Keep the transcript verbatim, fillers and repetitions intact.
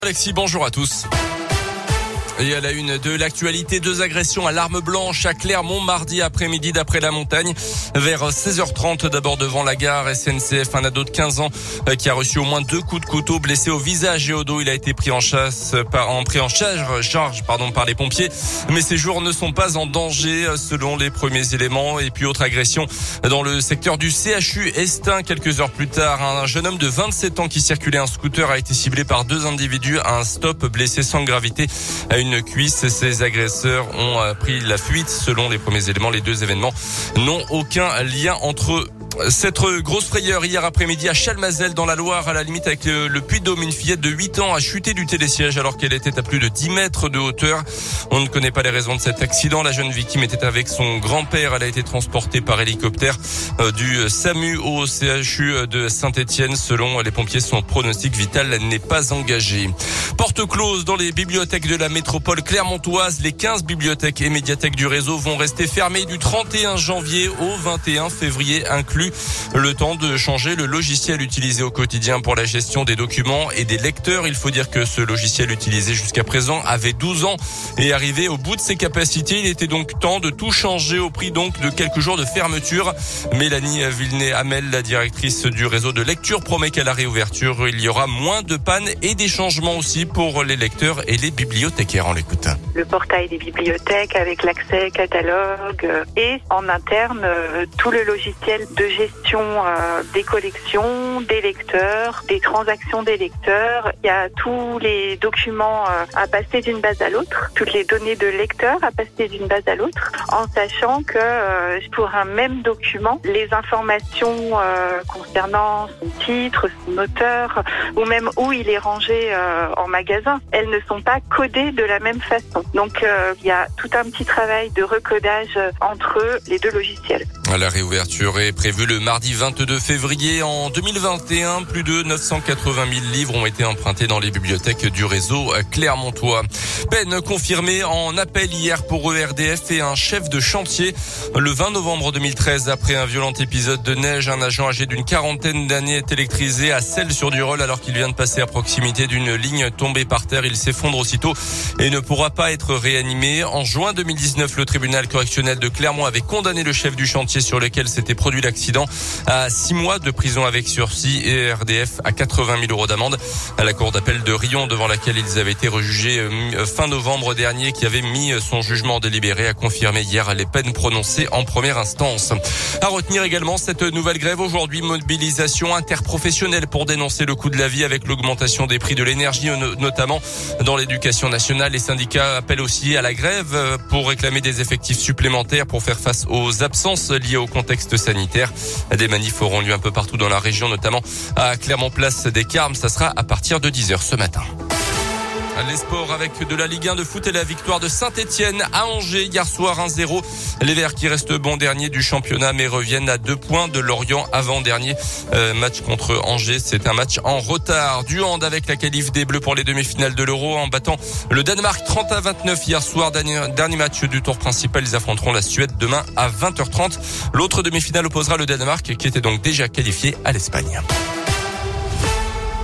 Alexis, bonjour à tous. Et à la une de l'actualité, deux agressions à l'arme blanche à Clermont mardi après-midi d'après la montagne. Vers seize heures trente, d'abord devant la gare S N C F, un ado de quinze ans qui a reçu au moins deux coups de couteau, blessé au visage et au dos. Il a été pris en chasse par, en pris en charge, charge, pardon, par les pompiers. Mais ses jours ne sont pas en danger selon les premiers éléments. Et puis autre agression dans le secteur du C H U Estin quelques heures plus tard. Un jeune homme de vingt-sept ans qui circulait un scooter a été ciblé par deux individus à un stop, blessé sans gravité à une cuisse. Ces agresseurs ont pris la fuite. Selon les premiers éléments, les deux événements n'ont aucun lien entre eux. Cette grosse frayeur hier après-midi à Chalmazel dans la Loire, à la limite avec le, le Puy-de-Dôme, une fillette de huit ans a chuté du télésiège alors qu'elle était à plus de dix mètres de hauteur. On ne connaît pas les raisons de cet accident. La jeune victime était avec son grand-père. Elle a été transportée par hélicoptère euh, du SAMU au C H U de Saint-Étienne. Selon les pompiers, son pronostic vital n'est pas engagé. Porte close dans les bibliothèques de la métropole clermontoise. Les quinze bibliothèques et médiathèques du réseau vont rester fermées du trente et un janvier au vingt et un février inclus. Le temps de changer le logiciel utilisé au quotidien pour la gestion des documents et des lecteurs. Il faut dire que ce logiciel utilisé jusqu'à présent avait douze ans et arrivé au bout de ses capacités. Il était donc temps de tout changer au prix donc de quelques jours de fermeture. Mélanie Villeneuve-Hamel, la directrice du réseau de lecture, promet qu'à la réouverture, il y aura moins de pannes et des changements aussi pour les lecteurs et les bibliothécaires. On l'écoute. Le portail des bibliothèques avec l'accès catalogue et en interne tout le logiciel de gestion euh, des collections, des lecteurs, des transactions des lecteurs. Il y a tous les documents euh, à passer d'une base à l'autre, toutes les données de lecteurs à passer d'une base à l'autre, en sachant que euh, pour un même document, les informations euh, concernant son titre, son auteur, ou même où il est rangé euh, en magasin, elles ne sont pas codées de la même façon. Donc euh, il y a tout un petit travail de recodage entre les deux logiciels. La réouverture est prévue le mardi vingt-deux février. En deux mille vingt et un, plus de neuf cent quatre-vingt mille livres ont été empruntés dans les bibliothèques du réseau clermontois. Peine confirmée en appel hier pour E R D F et un chef de chantier. Le vingt novembre deux mille treize, après un violent épisode de neige, un agent âgé d'une quarantaine d'années est électrisé à Celles-sur-Durolle alors qu'il vient de passer à proximité d'une ligne tombée par terre. Il s'effondre aussitôt et ne pourra pas être réanimé. En juin deux mille dix-neuf, le tribunal correctionnel de Clermont avait condamné le chef du chantier sur lequel s'était produit l'accident à six mois de prison avec sursis et E R D F à quatre-vingt mille euros d'amende. À la cour d'appel de Riom, devant laquelle ils avaient été rejugés fin novembre dernier, qui avait mis son jugement délibéré, a confirmé hier les peines prononcées en première instance. À retenir également cette nouvelle grève aujourd'hui, mobilisation interprofessionnelle pour dénoncer le coût de la vie avec l'augmentation des prix de l'énergie, notamment dans l'éducation nationale. Les syndicats appellent aussi à la grève pour réclamer des effectifs supplémentaires pour faire face aux absences liées au contexte sanitaire. Des manifs auront lieu un peu partout dans la région, notamment à Clermont-Place des Carmes. Ça sera à partir de dix heures ce matin. Les sports avec de la Ligue un de foot et la victoire de Saint-Étienne à Angers hier soir un zéro. Les Verts qui restent bon dernier du championnat mais reviennent à deux points de Lorient avant-dernier. Euh, match contre Angers, c'est un match en retard. Du hand avec la qualif des Bleus pour les demi-finales de l'Euro en battant le Danemark trente à vingt-neuf hier soir. Dernier, dernier match du tour principal, ils affronteront la Suède demain à vingt heures trente. L'autre demi-finale opposera le Danemark qui était donc déjà qualifié à l'Espagne.